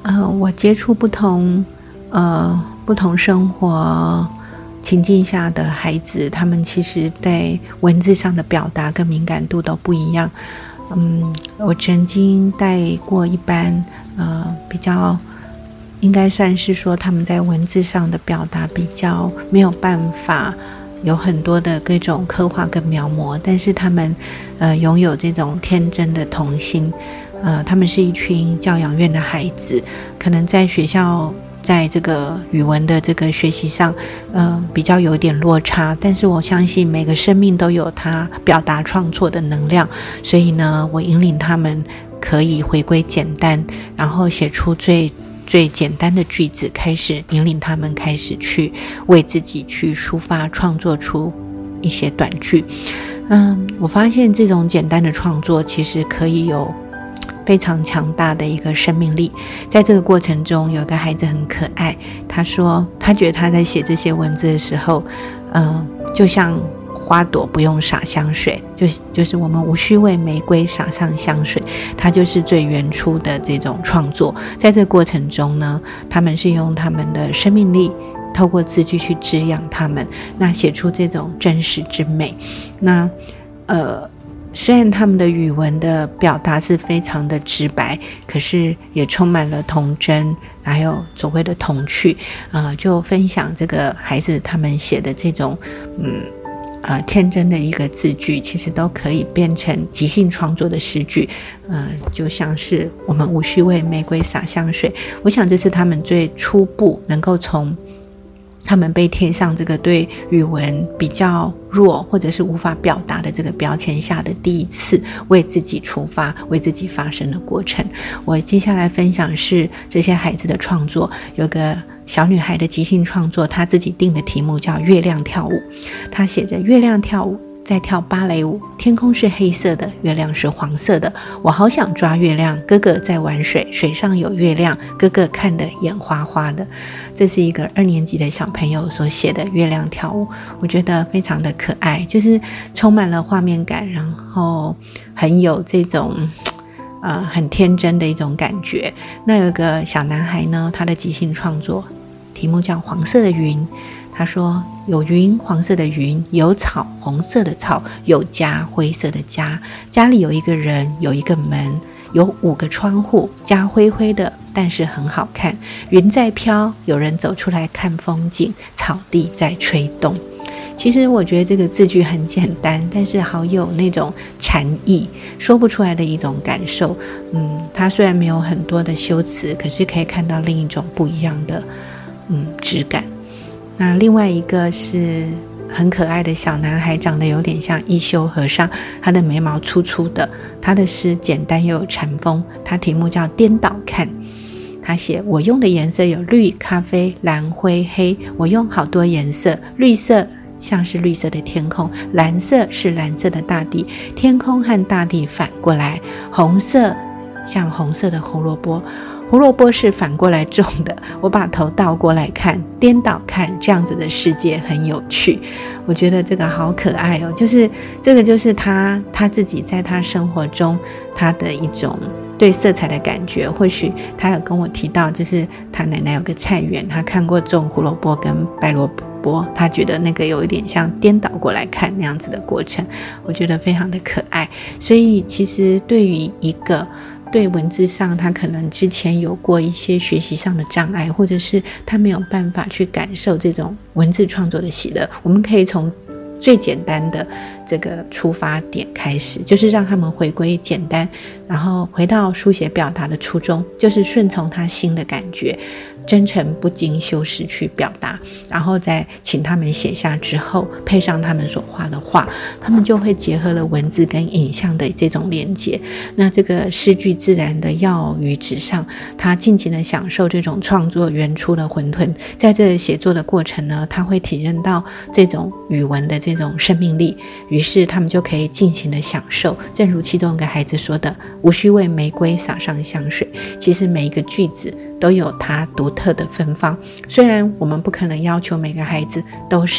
我接触不同生活情境下的孩子，他们其实对文字上的表达跟敏感度都不一样。我曾经带过一班比较应该算是说他们在文字上的表达比较没有办法有很多的各种刻画跟描摹，但是他们拥有这种天真的童心。他们是一群教养院的孩子，可能在学校在这个语文的这个学习上比较有点落差，但是我相信每个生命都有他表达创作的能量，所以呢，我引领他们可以回归简单，然后写出最简单的句子，开始引领他们开始去为自己去抒发创作出一些短句。我发现这种简单的创作其实可以有非常强大的一个生命力。在这个过程中，有一个孩子很可爱，他说他觉得他在写这些文字的时候就像花朵不用洒香水，就是我们无需为玫瑰洒上香水，它就是最原初的这种创作。在这个过程中呢，他们是用他们的生命力透过字句去滋养他们，那写出这种真实之美。那虽然他们的语文的表达是非常的直白，可是也充满了童真，还有所谓的童趣。就分享这个孩子他们写的这种天真的一个字句，其实都可以变成即兴创作的诗句。就像是我们无需为玫瑰洒香水，我想这是他们最初步能够从他们被贴上这个对语文比较弱或者是无法表达的这个标签下的第一次为自己出发，为自己发声的过程。我接下来分享是这些孩子的创作，有个小女孩的即兴创作，她自己定的题目叫月亮跳舞。她写着月亮跳舞在跳芭蕾舞，天空是黑色的，月亮是黄色的，我好想抓月亮，哥哥在玩水，水上有月亮，哥哥看得眼花花的。这是一个2年级的小朋友所写的月亮跳舞，我觉得非常的可爱，就是充满了画面感，然后很有这种很天真的一种感觉。那有个小男孩呢，他的即兴创作题目叫黄色的云。他说有云，黄色的云，有草，红色的草，有家，灰色的家，家里有一个人，有一个门，有5个窗户，家灰灰的，但是很好看，云在飘，有人走出来看风景，草地在吹动。其实我觉得这个字句很简单，但是好有那种禅意，说不出来的一种感受。它虽然没有很多的修辞，可是可以看到另一种不一样的质感。那另外一个是很可爱的小男孩，长得有点像一休和尚，他的眉毛粗粗的，他的诗简单又有禅风，他题目叫颠倒看。他写我用的颜色有绿、咖啡、蓝、灰、黑，我用好多颜色，绿色像是绿色的天空，蓝色是蓝色的大地，天空和大地反过来，红色像红色的胡萝卜，胡萝卜是反过来种的，我把头倒过来看，颠倒看，这样子的世界很有趣。我觉得这个好可爱哦，就是这个就是他自己在他生活中他的一种对色彩的感觉。或许他有跟我提到，就是他奶奶有个菜园，他看过种胡萝卜跟白萝卜，他觉得那个有一点像颠倒过来看那样子的过程，我觉得非常的可爱。所以其实对于一个对文字上他可能之前有过一些学习上的障碍，或者是他没有办法去感受这种文字创作的喜乐，我们可以从最简单的这个出发点开始，就是让他们回归简单，然后回到书写表达的初衷，就是顺从他心的感觉，真诚不经修饰去表达，然后再请他们写下之后，配上他们所画的画，他们就会结合了文字跟影像的这种连接。那这个诗句自然的耀于纸上，他尽情的享受这种创作原初的混沌。在这写作的过程呢，他会体认到这种语文的这种生命力，于是他们就可以尽情的享受。正如其中一个孩子说的，无需为玫瑰洒上香水，其实每一个句子都有它独特的芬芳。虽然我们不可能要求每个孩子都是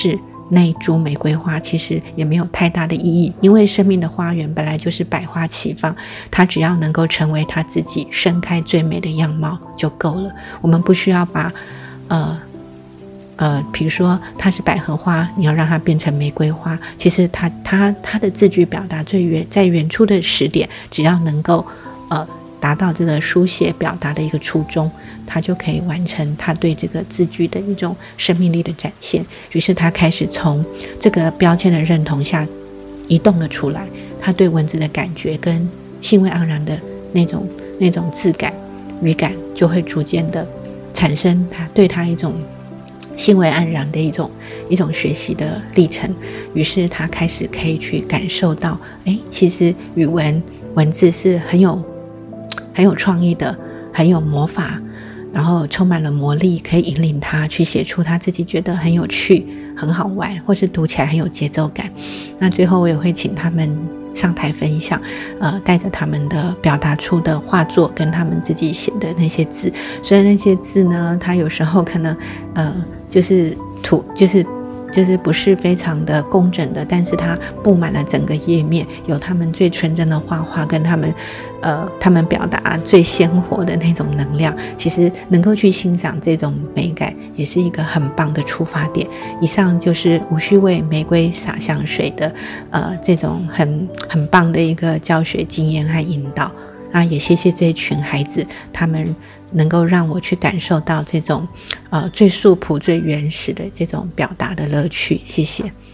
那一株玫瑰花其实也没有太大的意义，因为生命的花园本来就是百花齐放，它只要能够成为它自己盛开最美的样貌就够了。我们不需要把比如说它是百合花，你要让它变成玫瑰花，其实它的字句表达在原初的时点，只要能够达到这个书写表达的一个初衷，他就可以完成他对这个字句的一种生命力的展现。于是他开始从这个标签的认同下移动了出来，他对文字的感觉跟兴味盎然的那种质感语感就会逐渐的产生对他一种兴味盎然的一种学习的历程。于是他开始可以去感受到，其实语文文字是很有创意的，很有魔法，然后充满了魔力，可以引领他去写出他自己觉得很有趣很好玩，或是读起来很有节奏感。那最后我也会请他们上台分享，带着他们的表达出的画作跟他们自己写的那些字。虽然那些字呢，他有时候可能就是不是非常的工整的，但是它布满了整个页面，有他们最纯真的画画跟他们表达最鲜活的那种能量。其实能够去欣赏这种美感也是一个很棒的出发点。以上就是无需为玫瑰洒香水的这种很棒的一个教学经验和引导。那也谢谢这一群孩子，他们能够让我去感受到这种最素朴最原始的这种表达的乐趣。谢谢。